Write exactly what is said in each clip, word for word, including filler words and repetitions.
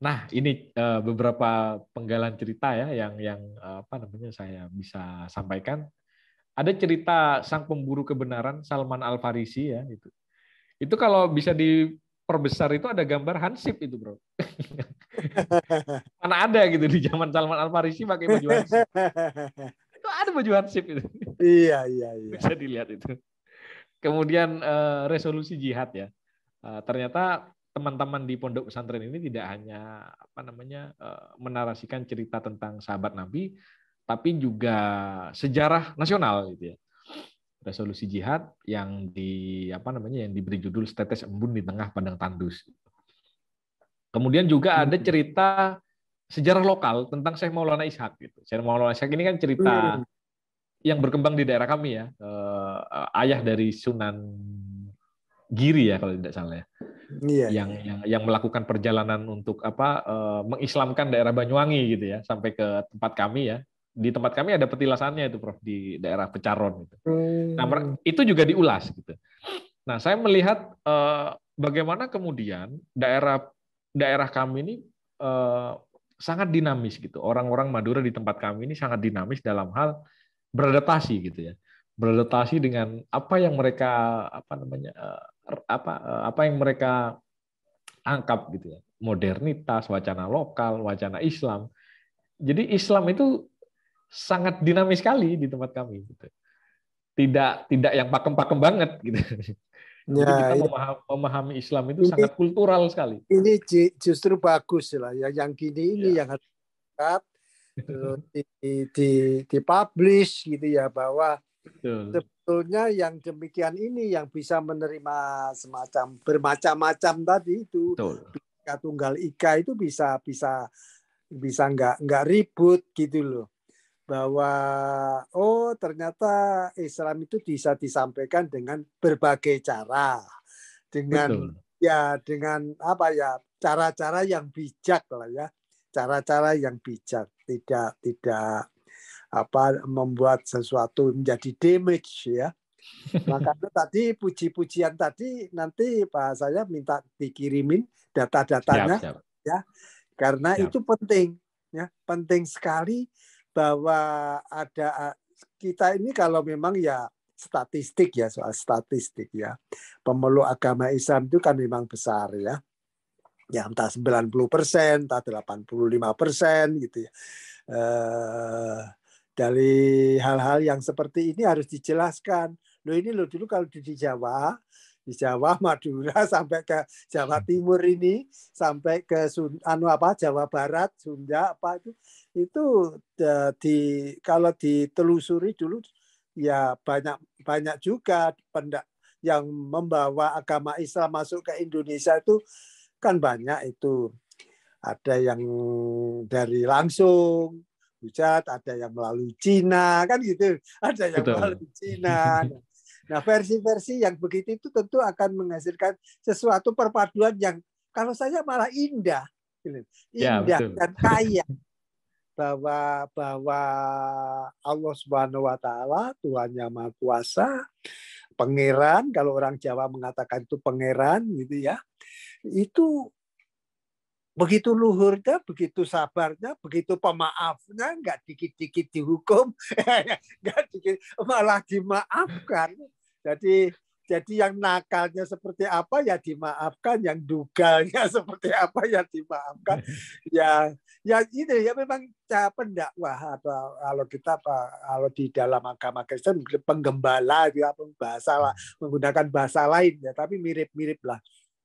Nah, ini uh, beberapa penggalan cerita ya yang yang uh, apa namanya saya bisa sampaikan. Ada cerita sang pemburu kebenaran Salman Al Farisi ya itu. Itu kalau bisa diperbesar itu ada gambar Hansip itu, Bro. Mana ada gitu di zaman Salman Al Farisi pakai baju Hansip. Itu ada baju Hansip itu. Iya, iya, iya. Bisa dilihat itu. Kemudian uh, resolusi jihad ya. Uh, ternyata teman-teman di pondok pesantren ini tidak hanya apa namanya uh, menarasikan cerita tentang sahabat Nabi, tapi juga sejarah nasional gitu ya. Resolusi jihad yang di apa namanya yang diberi judul Setetes Embun di Tengah Padang Tandus. Kemudian juga ada cerita sejarah lokal tentang Syekh Maulana Ishaq gitu. Syekh Maulana Ishaq ini kan cerita Hmm. yang berkembang di daerah kami ya. Uh, ayah dari Sunan Giri ya kalau tidak salah ya. Iya, Yang, iya. yang yang melakukan perjalanan untuk apa uh, mengislamkan daerah Banyuwangi gitu ya sampai ke tempat kami ya. Di tempat kami ada petilasannya itu Prof di daerah Pecaron gitu. Nah, Hmm. itu juga diulas gitu. Nah, saya melihat uh, bagaimana kemudian daerah daerah kami ini uh, sangat dinamis gitu. Orang-orang Madura di tempat kami ini sangat dinamis dalam hal beradaptasi gitu ya. Beradaptasi dengan apa yang mereka apa namanya uh, apa uh, apa yang mereka angkap gitu ya. Modernitas, wacana lokal, wacana Islam. Jadi Islam itu sangat dinamis sekali di tempat kami gitu. Tidak tidak yang pakem-pakem banget gitu. Jadi kita Ya, iya. memahami Islam itu Ini sangat kultural sekali. ini justru bagus lah ya. Yang gini ini Ya, yang harus diangkat, terus di, di, dipublish gitu ya, bahwa betul. sebetulnya yang demikian ini yang bisa menerima semacam bermacam-macam tadi itu, Betul. Bhinneka Tunggal Ika itu bisa bisa bisa nggak nggak ribut gitu loh, bahwa oh ternyata Islam itu bisa disampaikan dengan berbagai cara, dengan Betul. ya dengan apa ya, cara-cara yang bijak lah ya, cara-cara yang bijak, tidak tidak apa membuat sesuatu menjadi damage ya. Makanya tadi puji-pujian tadi nanti Pak saya minta dikirimin Siap, data-datanya siap. ya, karena Siap. itu penting ya, penting sekali bahwa ada kita ini kalau memang ya statistik ya, soal statistik ya, pemeluk agama Islam itu kan memang besar ya. Ya entah sembilan puluh persen, entah delapan puluh lima persen gitu ya. Eh, dari hal-hal yang seperti ini harus dijelaskan. Loh ini loh dulu kalau di Jawa, di Jawa Madura sampai ke Jawa Timur ini, sampai ke Sun, anu apa Jawa Barat, Sunda apa itu, itu di kalau ditelusuri dulu ya banyak banyak juga pendak yang membawa agama Islam masuk ke Indonesia itu kan banyak itu. Ada yang dari langsung hujat, ada yang melalui Cina, kan gitu. Ada yang Betul. melalui Cina. Nah, versi-versi yang begitu itu tentu akan menghasilkan sesuatu perpaduan yang kalau saya malah indah. Ya, Indah betul. dan kaya. Bahwa bahwa Allah Subhanahu wa taala, Tuhan yang Maha Kuasa, pangeran, kalau orang Jawa mengatakan itu pangeran gitu ya. Itu begitu luhurnya, begitu sabarnya, begitu pemaafnya, nggak dikit-dikit dihukum, nggak dikit, malah dimaafkan. Jadi jadi yang nakalnya seperti apa ya dimaafkan, yang dugalnya seperti apa ya dimaafkan. Ya, ya ini ya memang cara pendakwah atau kalau kita kalau di dalam agama Kristen penggembala, ya bahasa menggunakan bahasa lain ya, tapi mirip-mirip lah.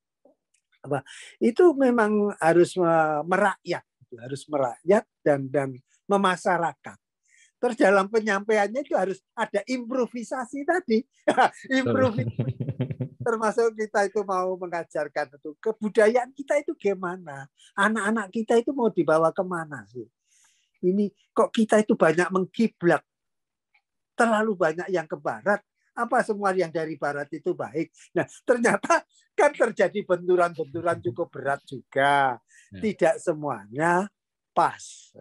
Apa itu memang harus merakyat, harus merakyat dan dan memasyarakat. Terus dalam penyampaiannya itu harus ada improvisasi tadi. Improvisasi termasuk kita itu mau mengajarkan itu kebudayaan kita itu gimana, anak-anak kita itu mau dibawa kemana sih. Ini kok kita itu banyak mengkiblat, terlalu banyak yang ke barat, apa semua yang dari barat itu baik. Nah, ternyata kan terjadi benturan-benturan cukup berat juga. Tidak semuanya pas.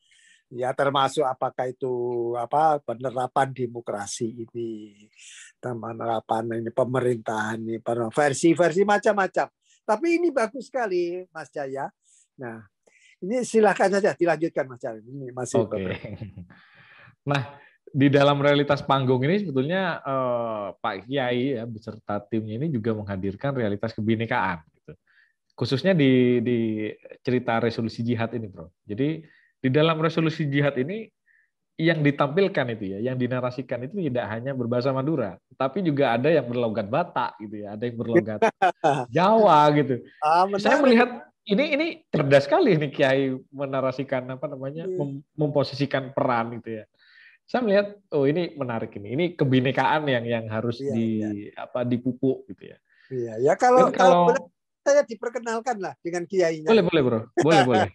Ya termasuk apakah itu apa penerapan demokrasi ini, penerapan ini pemerintahan ini, versi-versi macam-macam. Tapi ini bagus sekali Mas Jaya, Nah, ini silahkan saja dilanjutkan Mas Charles. Ini masih Oke. Nah, di dalam realitas panggung ini sebetulnya eh, Pak Kiai ya beserta timnya ini juga menghadirkan realitas kebinekaan gitu. Khususnya di di cerita resolusi jihad ini, Bro. Jadi di dalam resolusi jihad ini yang ditampilkan itu ya, yang dinarasikan itu tidak hanya berbahasa Madura, tapi juga ada yang berlogat Batak gitu ya, ada yang berlogat Jawa gitu. Ah, Saya menarik. melihat ini ini cerdas sekali nih Kiai menarasikan apa namanya, mem- memposisikan peran gitu ya. Saya melihat oh ini menarik ini. Ini kebinekaan yang yang harus Iya, iya. di apa dipupuk gitu ya. Iya, ya kalau Dan kalau boleh kalau saya diperkenalkan lah dengan kiainya. boleh boleh Bro, boleh boleh.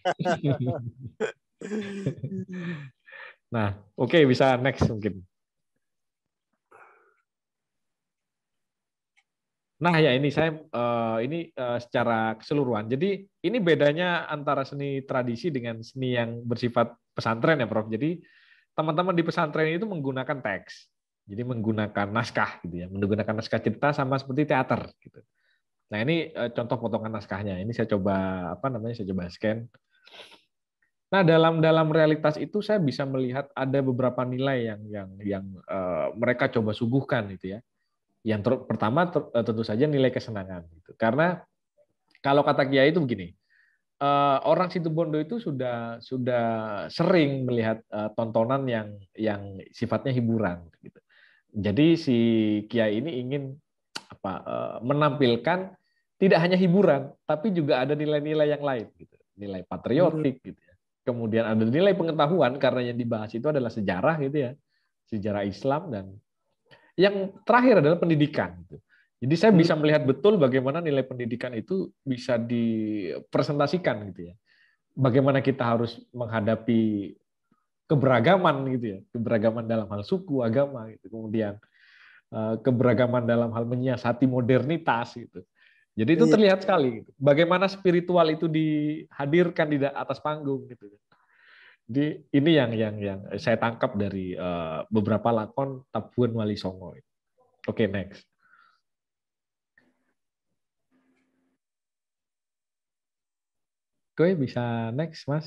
Nah, oke okay, bisa next mungkin. Nah ya ini saya uh, ini uh, secara keseluruhan. Jadi ini bedanya antara seni tradisi dengan seni yang bersifat pesantren ya Prof. Jadi teman-teman di pesantren itu menggunakan teks. Jadi menggunakan naskah gitu ya, menggunakan naskah cerita sama seperti teater gitu. Nah ini uh, contoh potongan naskahnya. Ini saya coba apa namanya saya coba scan. Nah dalam dalam realitas itu saya bisa melihat ada beberapa nilai yang yang yang uh, mereka coba suguhkan gitu ya. Yang ter, pertama ter, tentu saja nilai kesenangan gitu. Karena kalau kata Kiai itu begini, uh, orang Situbondo itu sudah sudah sering melihat uh, tontonan yang yang sifatnya hiburan gitu. Jadi si Kiai ini ingin apa uh, menampilkan tidak hanya hiburan tapi juga ada nilai-nilai yang lain gitu. Nilai Hmm. patriotik gitu ya. Kemudian ada nilai pengetahuan karena yang dibahas itu adalah sejarah gitu ya. Sejarah Islam dan yang terakhir adalah pendidikan. Jadi saya bisa melihat betul bagaimana nilai pendidikan itu bisa dipresentasikan gitu ya. Bagaimana kita harus menghadapi keberagaman gitu ya, keberagaman dalam hal suku, agama gitu. Kemudian keberagaman dalam hal menyiasati modernitas gitu. Jadi itu Iya. terlihat sekali gitu. Bagaimana spiritual itu dihadirkan di atas panggung gitu. Jadi ini yang yang yang saya tangkap dari uh, beberapa lakon Tabuhan Wali Songo. Oke, okay, next. Oke, bisa next, Mas.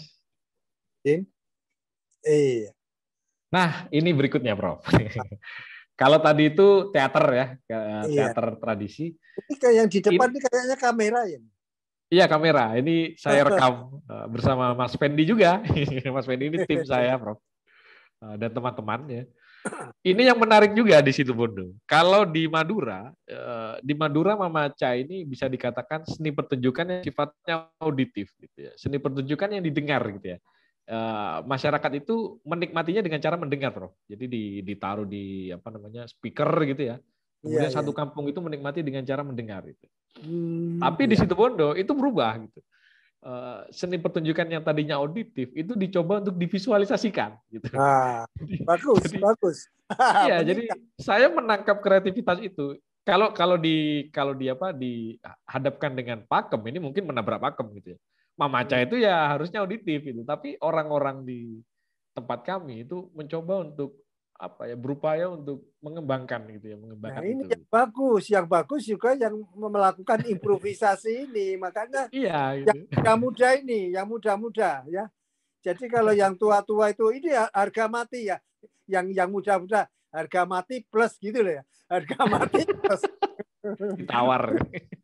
Iya. Nah, ini berikutnya, Prof. Kalau tadi itu teater ya, Iya. teater tradisi. Ini kayak yang di depan ini, ini kayaknya kamera ya. Iya, kamera. Ini saya rekam bersama Mas Fendi juga. Mas Fendi ini tim saya, Prof. Dan teman-teman ya. Ini yang menarik juga di situ Bondo. Kalau di Madura, di Madura Mamaca ini bisa dikatakan seni pertunjukan yang sifatnya auditif, gitu ya. Seni pertunjukan yang didengar, gitu ya. Masyarakat itu menikmatinya dengan cara mendengar, Prof. Jadi ditaruh di apa namanya speaker, gitu ya. Kemudian Iya, satu iya. kampung itu menikmati dengan cara mendengar, gitu. Hmm, Tapi di iya. situ Bondo itu berubah, gitu. Seni pertunjukan yang tadinya auditif itu dicoba untuk divisualisasikan, gitu. Nah, Jadi, bagus, jadi bagus. iya, jadi Meningkat. saya menangkap kreativitas itu. Kalau kalau di kalau di apa dihadapkan dengan pakem ini mungkin menabrak pakem gitu ya. Mamaca itu ya harusnya auditif itu, tapi orang-orang di tempat kami itu mencoba untuk apa ya berupaya untuk mengembangkan gitu ya, Nah, mengembangkan ini itu. yang bagus. Yang bagus juga yang melakukan improvisasi ini. Makanya Iya yang, gitu. yang muda ini, yang muda-muda ya. Jadi kalau yang tua-tua itu ini ya harga mati ya. Yang yang muda-muda harga mati plus gitu loh ya. Harga mati plus. Ditawar.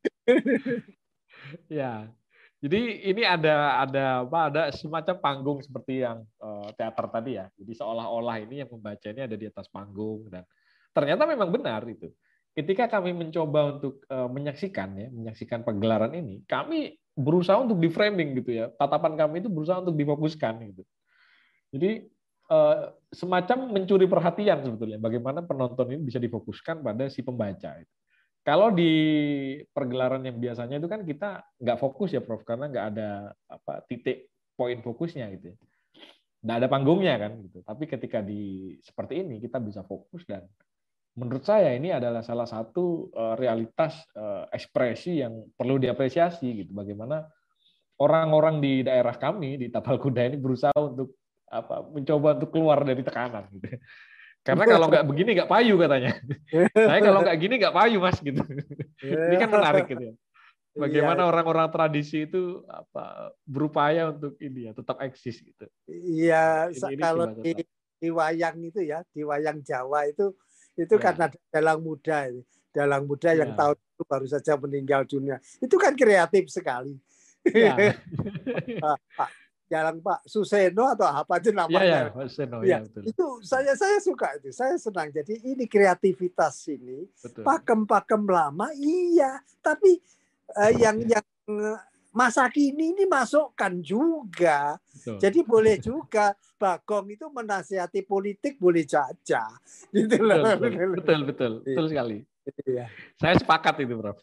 Ya. Jadi ini ada ada apa ada semacam panggung seperti yang uh, teater tadi ya. Jadi seolah-olah ini yang membaca ini ada di atas panggung dan ternyata memang benar itu. Ketika kami mencoba untuk uh, menyaksikan ya, menyaksikan pagelaran ini, kami berusaha untuk di framing gitu ya. Tatapan kami itu berusaha untuk difokuskan gitu. Jadi uh, semacam mencuri perhatian sebetulnya bagaimana penonton ini bisa difokuskan pada si pembaca itu. Kalau di pergelaran yang biasanya itu kan kita nggak fokus ya Prof, karena nggak ada apa titik poin fokusnya gitu. Nggak ada panggungnya kan gitu. Tapi ketika di seperti ini kita bisa fokus dan menurut saya ini adalah salah satu realitas ekspresi yang perlu diapresiasi gitu. Bagaimana orang-orang di daerah kami di Tapal Kuda ini berusaha untuk apa mencoba untuk keluar dari tekanan gitu. Karena kalau nggak begini nggak payu katanya. Saya kalau nggak gini nggak payu mas gitu. Ini kan menarik gitu ya. Bagaimana Iya, orang-orang tradisi itu apa berupaya untuk ini ya tetap eksis gitu. iya. Ini ini Kalau coba di, tetap. di wayang itu ya, di wayang Jawa itu itu Ya, karena dalang muda, ini. Dalang muda yang ya, tahun itu baru saja meninggal dunia. Itu kan kreatif sekali. ya, Pak Pak Jalan Pak Suseno atau apa itu ya, ya, namanya. Mas Seno, ya Ya, betul. itu saya saya suka itu. Saya senang. Jadi ini kreativitas ini, Betul, pakem-pakem lama iya, tapi eh, yang yang eh, masa kini ini masukkan juga. betul, Jadi boleh juga Bagong itu menasihati politik boleh saja. Gitu loh. betul, betul, betul, betul, betul sekali. Iya. Saya sepakat itu, Prof.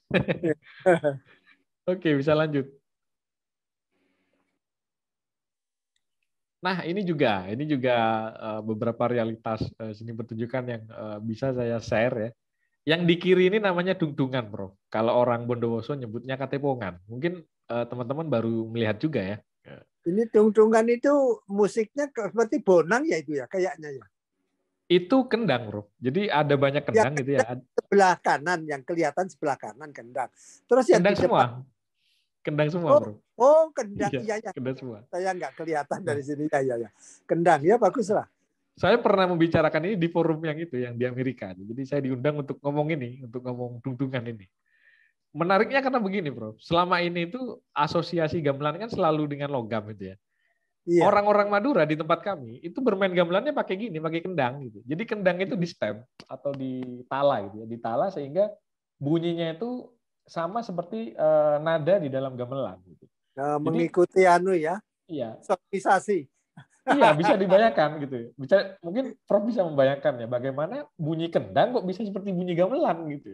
Oke, bisa lanjut. Nah, ini juga, ini juga uh, beberapa realitas uh, seni pertunjukan yang uh, bisa saya share ya. Yang di kiri ini namanya dungdungan, Bro. Kalau orang Bondowoso nyebutnya katepongan. Mungkin uh, teman-teman baru melihat juga ya. Ini tungtungan itu musiknya seperti bonang ya itu ya kayaknya ya. Itu kendang, Bro. Jadi ada banyak Yang kendang gitu ya. sebelah kanan, yang kelihatan sebelah kanan kendang. Terus yang Kendang di depan, semua, kendang semua, oh, Bro. oh kendang, Iya, iya ya. kendang semua. Saya nggak kelihatan Nah, dari sini ya, ya, ya. Kendang ya bagus lah. saya pernah membicarakan ini di forum yang itu, yang di Amerika. Jadi saya diundang untuk ngomong ini, untuk ngomong dungdungan ini. Menariknya karena begini, Bro. Selama ini itu asosiasi gamelan kan selalu dengan logam gitu ya. Iya. Orang-orang Madura di tempat kami itu bermain gamelannya pakai gini, pakai kendang gitu. Jadi kendang itu di stem atau di tala gitu ya, di tala sehingga bunyinya itu sama seperti uh, nada di dalam gamelan gitu. Nah, Jadi mengikuti anu ya, iya, sonisasi. iya bisa dibayangkan gitu. Bisa mungkin Prof bisa membayangkan ya bagaimana bunyi kendang kok bisa seperti bunyi gamelan gitu.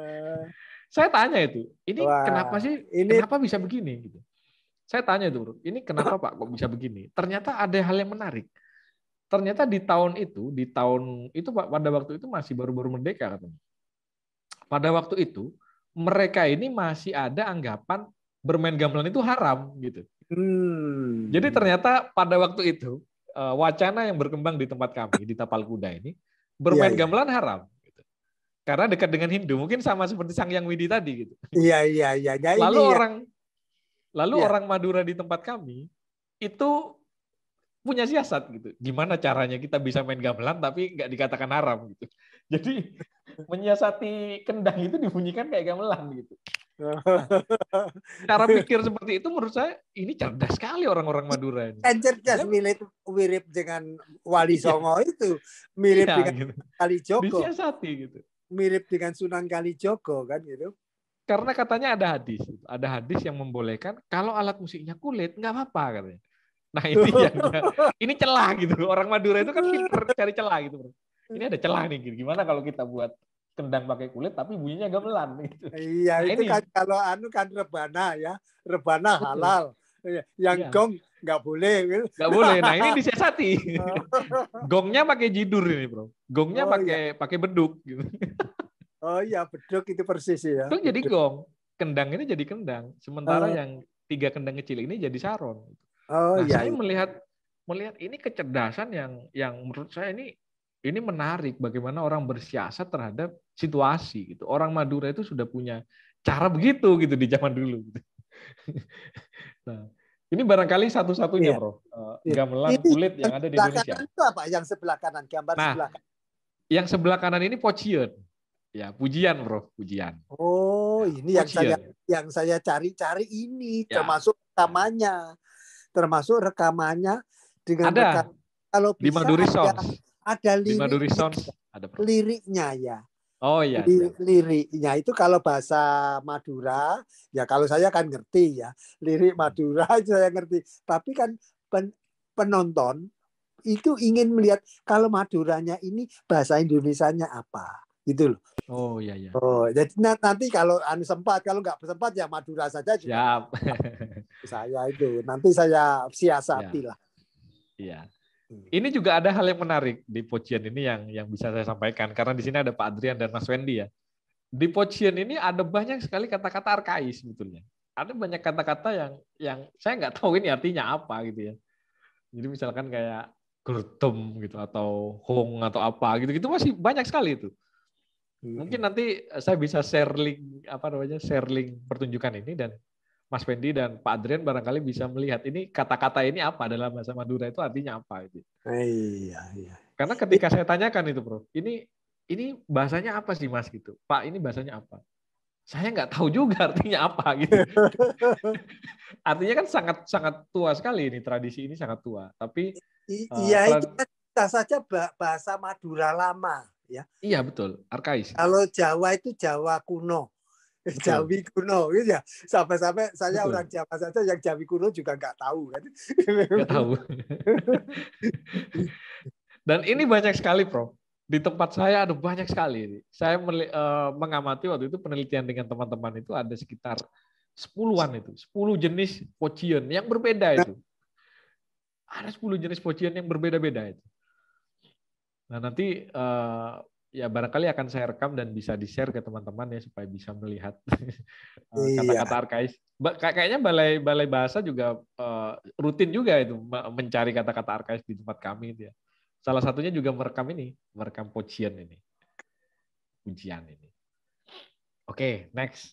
Saya tanya itu, ini kenapa Wah, sih, ini kenapa bisa begini gitu. Saya tanya itu, Bro, ini kenapa Pak kok bisa begini? Ternyata ada hal yang menarik. Ternyata di tahun itu, di tahun itu Pak, pada waktu itu masih baru-baru merdeka katanya. Pada waktu itu mereka ini masih ada anggapan bermain gamelan itu haram gitu. Jadi hmm, ternyata pada waktu itu eh, wacana yang berkembang di tempat kami di Tapal Kuda ini iya bermain iya. gamelan haram gitu. Karena dekat dengan Hindu, mungkin sama seperti Sang Hyang Widi tadi gitu. Iya iya iya. Ya, ini Lalu ya. orang lalu Iya. orang Madura di tempat kami itu punya siasat gitu. Gimana caranya kita bisa main gamelan tapi nggak dikatakan haram gitu. Jadi menyiasati kendang itu dibunyikan kayak gamelan gitu. Nah, cara pikir seperti itu menurut saya ini cerdas sekali orang-orang Madura ini. Kan cerdas, Saya, mirip mirip dengan Wali iya, Songo itu, mirip iya dengan gitu. Kalijogo, Disiasati gitu. mirip dengan Sunan Kalijogo kan gitu. Karena katanya ada hadis, ada hadis yang membolehkan kalau alat musiknya kulit nggak apa-apa katanya. Nah ini yang ini celah gitu. Orang Madura itu kan pinter cari celah gitu, Bro. Ini ada celah nih. Gimana kalau kita buat kendang pakai kulit tapi bunyinya gamelan gitu. Iya, Nah itu ini kan kalau anu kan rebana ya, rebana betul. halal. Yang Iya, gong nggak boleh. nggak boleh. Nah ini disiasati. Gongnya pakai jidur ini, Bro. Gongnya Oh iya, pakai pakai beduk gitu. oh iya beduk itu persis ya. Beduk jadi Beduk. gong. Kendang ini jadi kendang. Sementara Oh, yang tiga kendang kecil ini jadi saron. oh Nah, iya, saya iya. melihat melihat ini kecerdasan yang yang menurut saya ini ini menarik bagaimana orang bersiasat terhadap situasi gitu. Orang Madura itu sudah punya cara begitu gitu di zaman dulu gitu. Nah, ini barangkali satu-satunya, Iya, Bro, iya. gamelan Ini kulit yang yang ada di sebelah Indonesia. kanan itu apa? Yang sebelah kanan, gambar Nah, sebelah kanan. yang sebelah kanan ini pocian. Ya, pujian, Bro, pujian. Oh, Ya, ini yang saya pocian. yang saya cari-cari ini Ya, termasuk rekamannya, termasuk rekamannya dengan rekam. ada Kalau di bisa Maduri ada Sons. ada Di Maduri liriknya, Sons ada, Bro. liriknya ya. Oh iya, siap. Liriknya itu kalau bahasa Madura, ya kalau saya kan ngerti ya, lirik Madura itu saya ngerti. Tapi kan pen, penonton itu ingin melihat kalau Maduranya ini bahasa Indonesianya apa, gitu loh. Oh iya, iya. Oh, jadi nanti kalau anu sempat, kalau nggak sempat ya Madura saja juga. Siap. Saya itu nanti saya siasati Ya, lah. iya. Ini juga ada hal yang menarik di Pocian ini yang yang bisa saya sampaikan karena di sini ada Pak Adrian dan Mas Wendy ya. Di Pocian ini ada banyak sekali kata-kata arkais sebetulnya. Ada banyak kata-kata yang yang saya nggak tahu ini artinya apa gitu ya. Jadi misalkan kayak gertem gitu atau hong atau apa gitu gitu masih banyak sekali itu. Mungkin nanti saya bisa share link apa namanya share link pertunjukan ini dan Mas Fendi dan Pak Adrian barangkali bisa melihat ini kata-kata ini apa dalam bahasa Madura itu artinya apa itu. Iya, iya. Karena ketika saya tanyakan itu, Bro, ini ini bahasanya apa sih Mas gitu? Pak, ini bahasanya apa? Saya nggak tahu juga artinya apa gitu. Artinya kan sangat sangat tua sekali ini tradisi ini sangat tua. Tapi iya uh, itu bisa saja bahasa Madura lama ya. Iya betul, arkais. Kalau Jawa itu Jawa kuno. Betul. Jawi kuno gitu ya. Sampai-sampai saya betul. Orang Jawa saja yang Jawi kuno juga nggak tahu kan. Nggak tahu. Dan ini banyak sekali, Prof. Di tempat saya ada banyak sekali. Saya uh, mengamati waktu itu penelitian dengan teman-teman itu ada sekitar sepuluhan itu, sepuluh jenis pocion yang berbeda itu. Ada sepuluh jenis pocion yang berbeda-beda itu. Nah, nanti uh, ya barangkali akan saya rekam dan bisa di-share ke teman-teman ya supaya bisa melihat kata-kata iya. arkais. Kayaknya balai balai bahasa juga uh, rutin juga itu mencari kata-kata arkais di tempat kami itu ya. Salah satunya juga merekam ini, merekam pocion ini. Pujian ini. Oke, okay, next.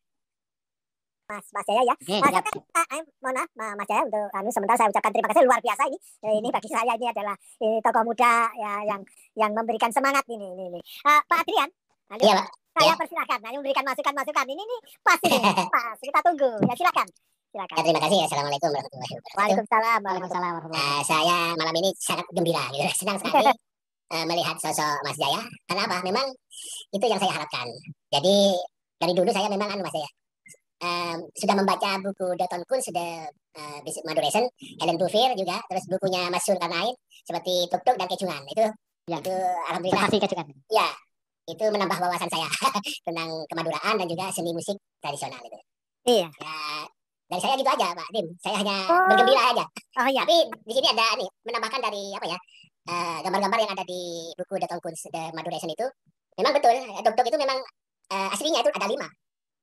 Mas Mas Jaya ya. Okay, Mas, ah, ah, mohon maaf Mas Jaya untuk anu sementara saya ucapkan terima kasih luar biasa ini. Ini bagi saya ini adalah ini tokoh muda ya yang yang memberikan semangat ini ini. ini. Uh, Pak Adrian, iya, Pak. Saya ya. persilakan nah, memberikan masukan-masukan. Ini ini pas ini, pas kita tunggu. Ya silakan. Silakan. Ya, terima kasih. Assalamualaikum warahmatullahi wabarakatuh. Waalaikumsalam. Waalaikumsalam warahmatullahi wabarakatuh. Uh, saya malam ini sangat gembira gitu. Senang sekali uh, melihat sosok Mas Jaya. Karena apa? Memang itu yang saya harapkan. Jadi dari dulu saya memang anu Mas Jaya. Um, sudah membaca buku Doton Kunz, The uh, Basic Maduration, Helen Bouvier juga, terus bukunya Mas Zulkarnain seperti Tuk Tuk dan Kecungan. Itu ya. Itu alhamdulillah. Ya, itu menambah wawasan saya tentang kemaduraan dan juga seni musik tradisional itu. Iya. Ya, dari saya gitu aja, Pak Dim. Saya hanya oh. bergembira aja. Oh iya. Tapi di sini ada nih menambahkan dari apa ya? Uh, gambar-gambar yang ada di buku Doton Kunz, The Maduration itu. Memang betul, Tuk Tuk itu memang uh, aslinya itu ada lima.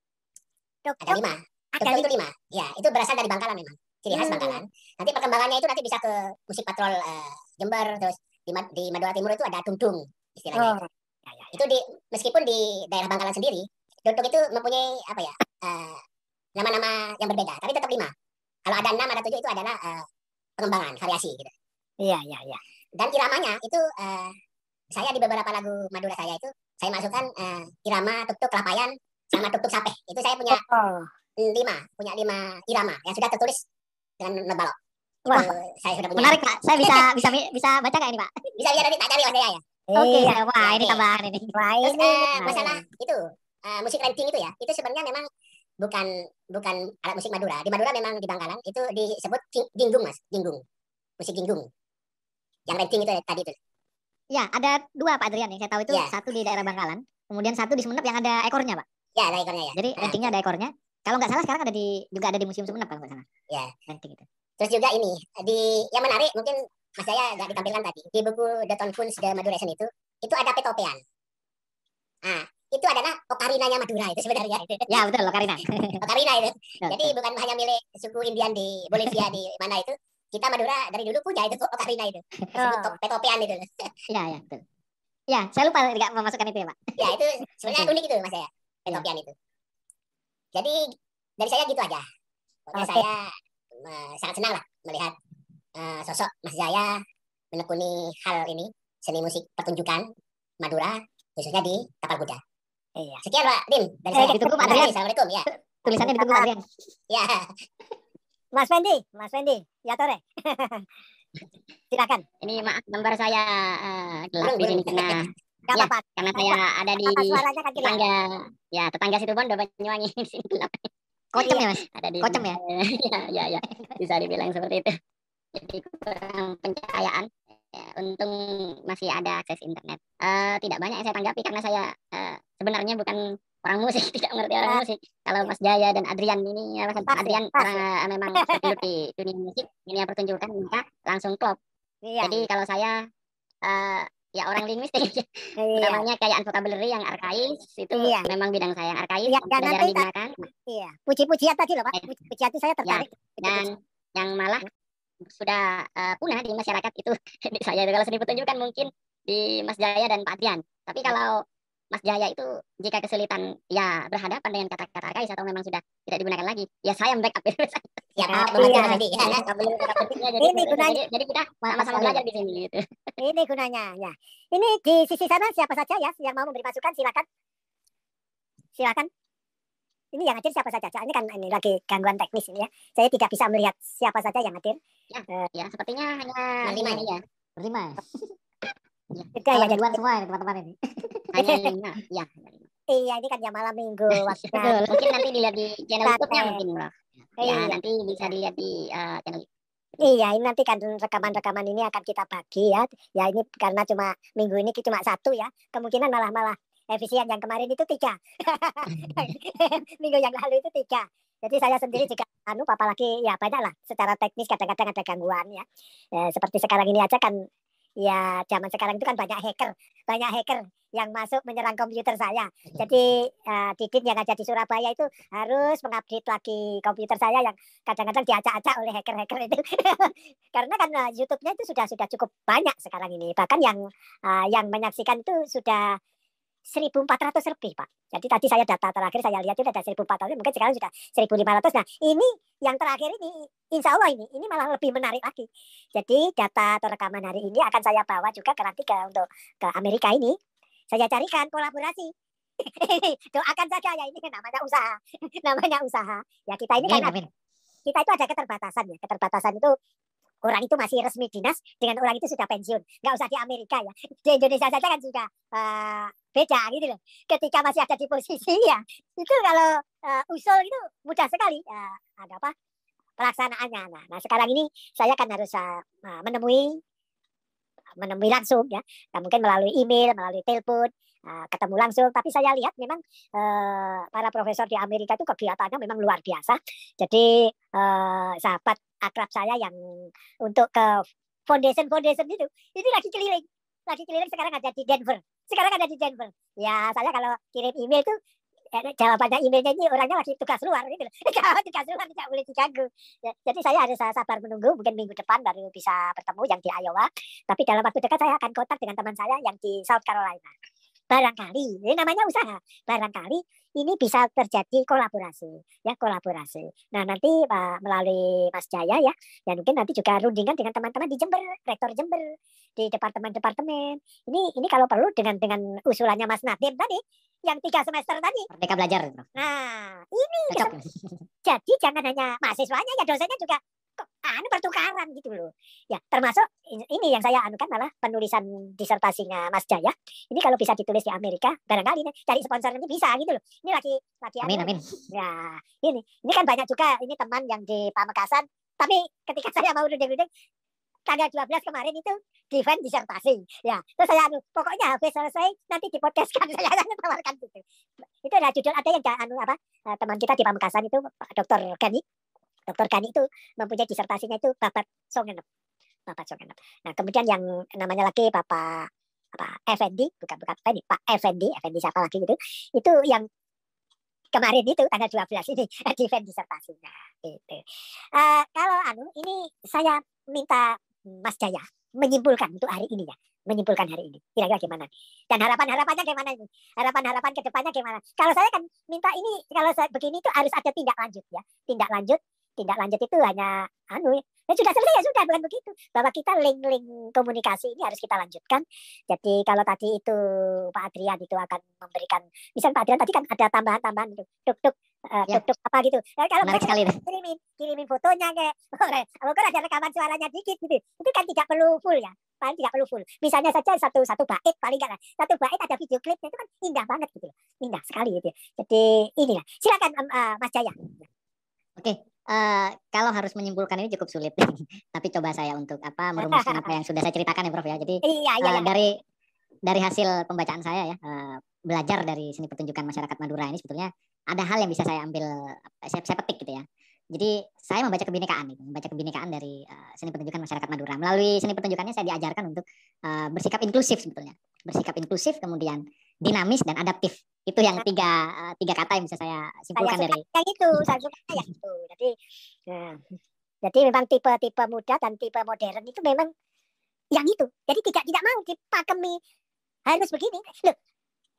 Dok, ada lima. Ada itu lima. Ya, itu berasal dari Bangkalan memang. Ciri khas Bangkalan. Nanti perkembangannya itu nanti bisa ke musik patrol uh, Jember, terus di, di Madura Timur itu ada tungtung istilahnya. Oh. Ya, ya. Itu di meskipun di daerah Bangkalan sendiri, tungtung itu mempunyai apa ya? Uh, nama-nama yang berbeda, tapi tetap lima. Kalau ada enam, ada tujuh itu adalah uh, pengembangan, variasi gitu. Iya, iya, iya. Dan iramanya itu uh, saya di beberapa lagu Madura saya itu saya masukkan uh, irama tuk-tuk Kelapayan sama tuk-tuk Sapeh. Itu saya punya oh. lima, punya lima irama yang sudah tertulis dengan not balok. Wah, saya sudah punya. Menarik Pak. Saya bisa bisa bisa baca nggak ini Pak? Bisa bisa nanti tak cari mas saya ya. Oke, okay, ya, wah ini tambahan ini. Wah, terus ini uh, masalah itu uh, musik renting itu ya, itu sebenarnya memang bukan bukan alat musik Madura. Di Madura memang di Bangkalan itu disebut ginggung mas, ginggung, musik ginggung. Yang renting itu tadi itu. Ya, ada dua Pak Adrian yang saya tahu itu ya. Satu di daerah Bangkalan, kemudian satu di Sumeneb yang ada ekornya Pak. Ya, ada ekornya ya. Jadi nah, rentingnya ada ekornya. Kalau nggak salah sekarang ada di juga ada di Museum Sumeneb kalau nggak salah. Ya. Renting itu. Terus juga ini di yang menarik mungkin Mas saya nggak ditampilkan tadi di buku Doton Kunz The Maduration itu itu ada petopean. Ah, itu adalah okarinanya Madura itu sebenarnya. Ya betul, okarina. Okarina itu. Jadi bukan hanya milik suku Indian di Bolivia di mana itu. Kita Madura dari dulu punya itu okarina itu. Disebut oh. petopean itu. Iya, ya, betul. Ya, saya lupa nggak memasukkan itu ya, Pak. Ya, itu sebenarnya unik itu Mas saya. Petopean ya. Itu. Jadi dari saya gitu aja. Pokoknya okay. saya uh, sangat senang lah melihat uh, sosok Mas Jaya menekuni hal ini, seni musik pertunjukan Madura, khususnya di Tapal Kuda. Iya. Sekian Pak Dim dari eh, saya. Ditunggu Pak Adrian. Assalamualaikum ya. Tulisannya ditunggu Pak Adrian. Ya. Mas Fendi, Mas Fendi, ya Tore. Silakan. Ini maaf gambar saya uh, gelap di sini karena Gak ya, apa-apa. karena saya ada di kan tetangga ya tetangga Situbondo Banyuwangi di sini gelap. Kocem ya Mas? Ada di Kocem ya? ya ya ya bisa dibilang seperti itu. Jadi kurang pencahayaan. Ya, untung masih ada akses internet. Uh, tidak banyak yang saya tanggapi karena saya uh, sebenarnya bukan orang musik, tidak mengerti orang musik. Kalau Mas Jaya dan Adrian ini, ya, Adrian orang uh, memang bergelut di dunia musik, dunia pertunjukan, maka langsung klop. Iya. Jadi kalau saya uh, ya orang linguistik, iya. Namanya kayak vocabulary yang arkais itu iya. Memang bidang saya yang arkais, iya, yang jarang digunakan. Iya. Puji-pujian tadi loh Pak, puji-pujian itu saya tertarik. Ya. Dan yang malah sudah uh, punah di masyarakat itu saya kalau seni pertunjukan mungkin di Mas Jaya dan Pak Adrian. Tapi kalau Mas Jaya itu jika kesulitan ya berhadapan dengan kata-kata arkais atau memang sudah tidak digunakan lagi, ya saya membackup itu. Ya, Nah, membantu iya. Mas Edi. jadi, Ini gunanya. jadi, jadi kita sama-sama belajar di sini gitu. Ini gunanya ya. Ini di sisi sana siapa saja ya yang mau memberi masukan silakan. Silakan. Ini yang hadir siapa saja. Ini kan ini lagi gangguan teknis ini ya. Saya tidak bisa melihat siapa saja yang hadir. Ya, uh, ya sepertinya hanya berlima ini ya. Berlima ya? Ya. Sudah ya, duluan semua ini teman-teman ini. Hanya lima. Ya. Iya, ini kan jam malam minggu waktunya. Betul. Mungkin nanti dilihat di channel YouTube-nya mungkin, Prof. Ya, Iya. nanti bisa dilihat di uh, channel. Iya, ini nanti kan rekaman-rekaman ini akan kita bagi ya. Ya ini karena cuma minggu ini cuma satu ya. Kemungkinan malah-malah efisien yang kemarin itu tiga. Minggu yang lalu itu tiga. Jadi saya sendiri juga anu apalagi ya banyak lah secara teknis kadang-kadang ada gangguan ya. Ya. Seperti sekarang ini aja kan ya zaman sekarang itu kan banyak hacker, banyak hacker yang masuk menyerang komputer saya. Jadi uh, Didin yang ada di Surabaya itu harus mengupdate lagi komputer saya yang kadang-kadang diacak-acak oleh hacker-hacker itu. Karena kan uh, YouTube-nya itu sudah sudah cukup banyak sekarang ini. Bahkan yang uh, yang menyaksikan itu sudah seribu empat ratus lebih, Pak. Jadi tadi saya data terakhir saya lihat itu ada seribu empat ratus, mungkin sekarang sudah seribu lima ratus. Nah, ini yang terakhir ini, insya Allah ini, ini malah lebih menarik lagi. Jadi data atau rekaman hari ini akan saya bawa juga ke nanti ke untuk ke Amerika ini. Saya carikan kolaborasi. Doakan saja ya, ini namanya usaha, namanya usaha. Ya kita ini kan kita itu ada keterbatasan ya, keterbatasan itu. Orang itu masih resmi dinas dengan orang itu sudah pensiun. Nggak usah di Amerika ya. Di Indonesia saja kan sudah uh, beda gitu loh. Ketika masih ada di posisi ya. Itu kalau uh, usul itu mudah sekali. Uh, ada apa? Pelaksanaannya. Nah, nah sekarang ini saya kan harus uh, menemui menemui langsung ya. Nah, mungkin melalui email, melalui telepon. Uh, ketemu langsung, tapi saya lihat memang uh, para profesor di Amerika itu kegiatannya memang luar biasa. Jadi uh, sahabat akrab saya yang untuk ke foundation foundation itu, ini lagi keliling, lagi keliling sekarang ada di Denver, sekarang ada di Denver. Ya saya kalau kirim email tuh eh, jawabannya emailnya ini orangnya lagi tugas luar gitu, kalau tugas luar tidak boleh diganggu. Ya, jadi saya harus sabar menunggu, mungkin minggu depan baru bisa bertemu yang di Iowa. Tapi dalam waktu dekat saya akan kontak dengan teman saya yang di South Carolina. Barangkali, ini namanya usaha. Barangkali ini bisa terjadi kolaborasi, ya kolaborasi. Nah nanti uh, melalui Mas Jaya ya, dan mungkin nanti juga rundingan dengan teman-teman di Jember, rektor Jember, di departemen-departemen. Ini ini kalau perlu dengan dengan usulannya Mas Nadim tadi, yang tiga semester tadi. Merdeka belajar. Nah ini jadi jangan hanya mahasiswanya ya, dosennya juga anu pertukaran gitu loh. Ya, termasuk ini yang saya anukan malah penulisan disertasinya Mas Jaya. Ini kalau bisa ditulis di Amerika, barangkali cari sponsor nanti bisa gitu loh. Ini lagi lagi amin, anu. amin. Ya, ini ini kan banyak juga ini teman yang di Pamekasan, tapi ketika saya mau runding-runding tanggal dua belas kemarin itu defense disertasi. Ya, terus saya anu, pokoknya habis selesai nanti dipodcastkan saya akan tawarkan gitu. Itu ada judul ada yang anu apa? Teman kita di Pamekasan itu Pak Doktor Gani. Doktor Gani itu mempunyai disertasinya itu Babat Songenep. Babat Songenep. Nah, kemudian yang namanya lagi Bapak apa Effendi, bukan bukan Effendi, Pak Effendi, Effendi siapa lagi gitu. Itu yang kemarin itu tanggal dua belas ini defense disertasinya gitu. Uh, kalau anu ini saya minta Mas Jaya menyimpulkan untuk hari ini ya. Menyimpulkan hari ini. Kira-kira gimana? Dan harapan-harapannya gimana ini? Harapan-harapan ke depannya gimana? Kalau saya kan minta ini kalau saya begini itu harus ada tindak lanjut ya. Tindak lanjut tindak lanjut itu hanya anu ya sudah selesai ya sudah, bukan begitu, bahwa kita link-link komunikasi ini harus kita lanjutkan. Jadi kalau tadi itu Pak Adrian itu akan memberikan, misal Pak Adrian tadi kan ada tambahan-tambahan itu duk-duk uh, ya. duk-duk apa gitu ya, kalau menarik sekali kirimin kirimin fotonya kayak kalau kan ada rekaman suaranya dikit gitu, itu kan tidak perlu full ya, paling tidak perlu full, misalnya saja satu satu bait paling enggak satu bait ada video klipnya, itu kan indah banget gitu, indah sekali gitu. Jadi inilah, silakan um, uh, Mas Jaya. Oke, uh, kalau harus menyimpulkan ini cukup sulit, tapi coba saya untuk apa merumuskan apa yang sudah saya ceritakan ya Prof ya. Jadi iya, iya, uh, iya. dari dari hasil pembacaan saya ya, uh, belajar dari seni pertunjukan masyarakat Madura ini sebetulnya ada hal yang bisa saya ambil, saya, saya petik gitu ya. Jadi saya membaca kebinekaan, gitu, membaca kebinekaan dari uh, seni pertunjukan masyarakat Madura. Melalui seni pertunjukannya saya diajarkan untuk uh, bersikap inklusif sebetulnya, bersikap inklusif, kemudian dinamis dan adaptif. Itu yang tiga uh, tiga kata yang bisa saya simpulkan saya dari yang itu, saya suka yang itu. Jadi, nah, jadi memang tipe-tipe muda dan tipe modern itu memang yang itu. Jadi tidak tidak mau dipakemi harus begini. Loh,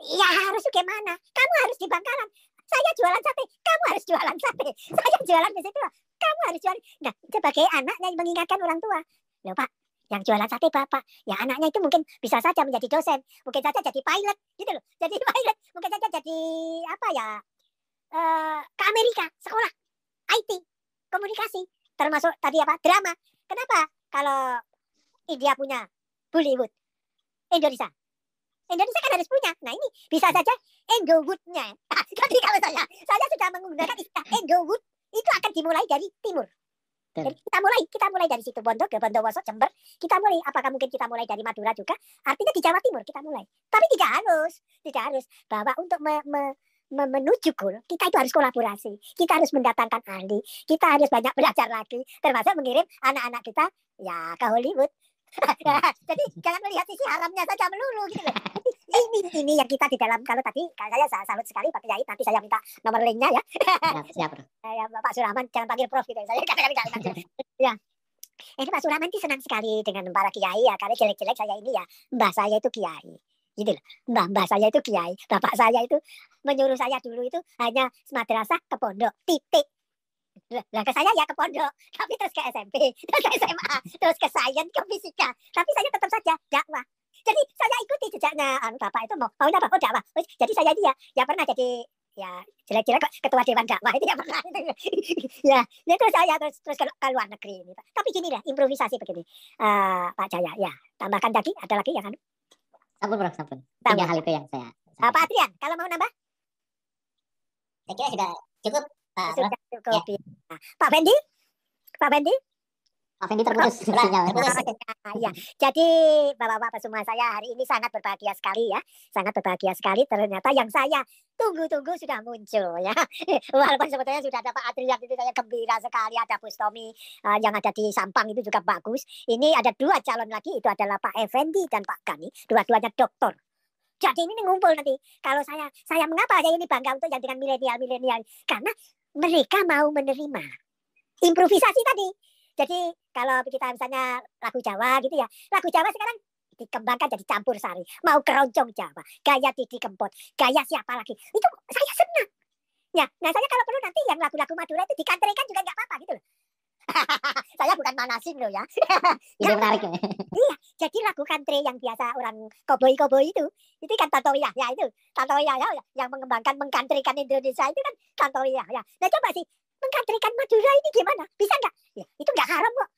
Ya harus gimana? Kamu harus di Bangkalan. Saya jualan sate, kamu harus jualan sate. Saya jualan di situ, kamu harus jualan. Nah, sebagai anaknya mengingatkan orang tua. Loh Pak, yang jualan sate Bapak. Ya anaknya itu mungkin bisa saja menjadi dosen. Mungkin saja jadi pilot, gitu loh. Jadi pilot, mungkin saja jadi apa ya, uh, ke Amerika, sekolah, I T, komunikasi. Termasuk tadi apa, drama. Kenapa kalau India punya Bollywood, Indonesia Indonesia kan harus punya. Nah ini bisa saja Indowood-nya. Nah, jadi kalau saya, saya sudah menggunakan istilah Indowood, itu akan dimulai dari timur. Jadi kita mulai, kita mulai dari situ Bondo ke Bondowoso, Jember. Kita mulai, apakah mungkin kita mulai dari Madura juga? Artinya di Jawa Timur kita mulai. Tapi tidak harus, tidak harus. Bahwa untuk me, me, me, menuju goal, kita itu harus kolaborasi. Kita harus mendatangkan ahli. Kita harus banyak belajar lagi. Termasuk mengirim anak-anak kita ya ke Hollywood. Jadi jangan melihat sisi haramnya saja melulu gitu loh. Ini ini yang kita di dalam, kalau tadi saya saya salut sekali Pak Kiai, nanti saya minta nomor linknya ya. Siap, siap. Ya, Pak Surahman jangan panggil Prof gitu. Saya kadang-kadang ya. Ini Pak Surahman itu senang sekali dengan para kiai ya, karena jelek-jelek saya ini ya, mbah saya itu kiai. Gitu loh. Mbah-mbah saya itu kiai, bapak saya itu menyuruh saya dulu itu hanya madrasah ke pondok, titik. Lah ke saya ya ke pondok, tapi terus ke S M P, terus ke S M A, terus ke sains, ke fisika. Tapi saya tetap saja dakwah. Jadi saya ikuti jejaknya anu bapak itu mau maunya apa? Oh dakwah. Jadi saya dia ya pernah jadi ya jelek-jelek ketua dewan dakwah itu ya pernah. Ya, ya terus saya terus terus ke, ke luar negeri ini Pak. Tapi gini lah, improvisasi begini. Uh, Pak Jaya, ya tambahkan tadi ada lagi yang anu. Sampun Prof, sampun. Tiga hal itu yang saya. Uh, Pak Adrian, kalau mau nambah? Saya kira sudah cukup. Pak, sudah cukup. Ya. Nah, Pak Fendi, Pak Fendi, Pak Fendi terputus sinyal. Ya, jadi bapak-bapak semua saya hari ini sangat berbahagia sekali ya, sangat berbahagia sekali. Ternyata yang saya tunggu-tunggu sudah muncul ya. Walaupun sebetulnya sudah ada Pak Adrian itu saya gembira sekali, ada Bustomi uh, yang ada di Sampang itu juga bagus. Ini ada dua calon lagi, itu adalah Pak Effendi dan Pak Gani, dua-duanya doktor. Jadi ini ngumpul nanti. Kalau saya, saya mengapa saya ini bangga untuk yang dengan milenial-milenial? Karena mereka mau menerima improvisasi tadi. Jadi kalau kita misalnya lagu Jawa gitu ya, lagu Jawa sekarang dikembangkan jadi campur sari. Mau keroncong Jawa, gaya Didi Kempot, gaya siapa lagi. Itu saya senang. Ya, nah saya kalau perlu nanti yang lagu-lagu Madura itu dikantrikan juga nggak apa-apa gitu loh. Saya bukan manasin loh ya. Ide menarik ya. Iya, jadi lagu country yang biasa orang koboi-koboi itu, itu kan Tantowi ya, ya itu Tantowi ya, yang mengembangkan mengkantrikan Indonesia itu kan Tantowi ya. Nah coba sih mengkantrikan Madura ini gimana? Bisa nggak? Ya, itu nggak haram kok.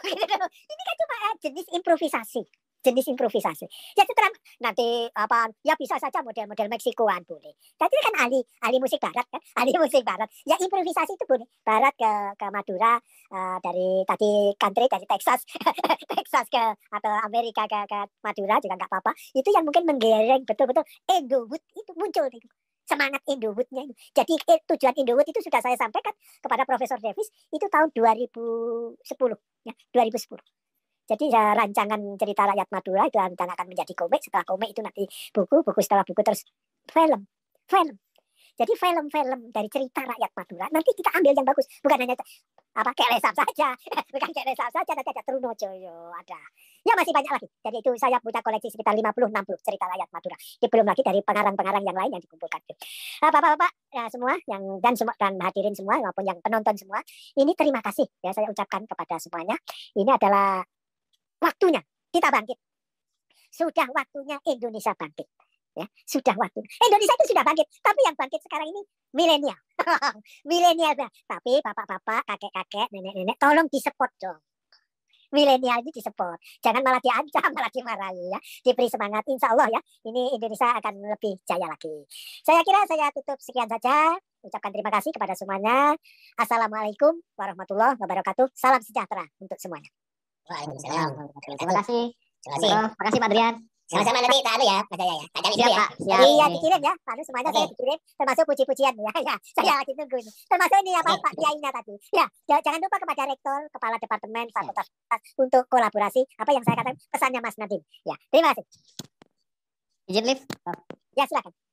Ini kan cuma eh, jenis improvisasi. Jenis improvisasi. Ya setelah nanti apa ya bisa saja model-model Meksikoan boleh. Tapi kan ahli ahli musik barat kan, ahli musik barat. Ya improvisasi itu boleh. Barat ke ke Madura, uh, dari tadi country dari Texas, Texas ke atau Amerika ke ke Madura juga nggak apa-apa. Itu yang mungkin menggereng betul-betul Indowood itu muncul itu. Semangat Indowood-nya itu. Jadi eh, tujuan Indowood itu sudah saya sampaikan kepada Profesor Davis itu tahun dua ribu sepuluh ya, dua ribu sepuluh. Jadi ya, rancangan cerita rakyat Madura itu akan akan menjadi komik, setelah komik itu nanti buku, buku setelah buku terus film, film. Jadi film-film dari cerita rakyat Madura nanti kita ambil yang bagus, bukan hanya apa kayak lesap saja, bukan kayak lesap saja, nanti ada Trunojoyo, ada. Ya masih banyak lagi. Jadi itu saya punya koleksi sekitar lima puluh enam puluh cerita rakyat Madura. Ini belum lagi dari pengarang-pengarang yang lain yang dikumpulkan. Bapak-bapak ya semua yang dan semua dan hadirin semua maupun yang penonton semua, ini terima kasih ya saya ucapkan kepada semuanya. Ini adalah waktunya kita bangkit. Sudah waktunya Indonesia bangkit. Ya, sudah waktu. Indonesia itu sudah bangkit, tapi yang bangkit sekarang ini milenial. Milenial. Tapi bapak-bapak, kakek-kakek, nenek-nenek tolong disupport dong. Milenial ini disupport. Jangan malah diancam, malah dimarahi ya. Diberi semangat, insya Allah ya. Ini Indonesia akan lebih jaya lagi. Saya kira saya tutup sekian saja. Ucapkan terima kasih kepada semuanya. Assalamualaikum warahmatullahi wabarakatuh. Salam sejahtera untuk semuanya. Waalaikumsalam. Terima kasih. Terima kasih. Terima kasih Pak Adrian. Sama-sama nanti tak ada ya, Mas Jaya ya. Tak cari dulu Siap, ya. Pak. Siap. Iya dikirim ya, lalu semuanya Oke. saya dikirim, termasuk puji-pujian ya. Ya, saya lagi tunggu ini. Termasuk ini apa Pak Kiainya tadi. Ya, j- jangan lupa kepada rektor, kepala departemen, fakultas untuk kolaborasi. Apa yang saya katakan pesannya Mas Nadim. Ya, terima kasih. Izin lift. Ya silakan.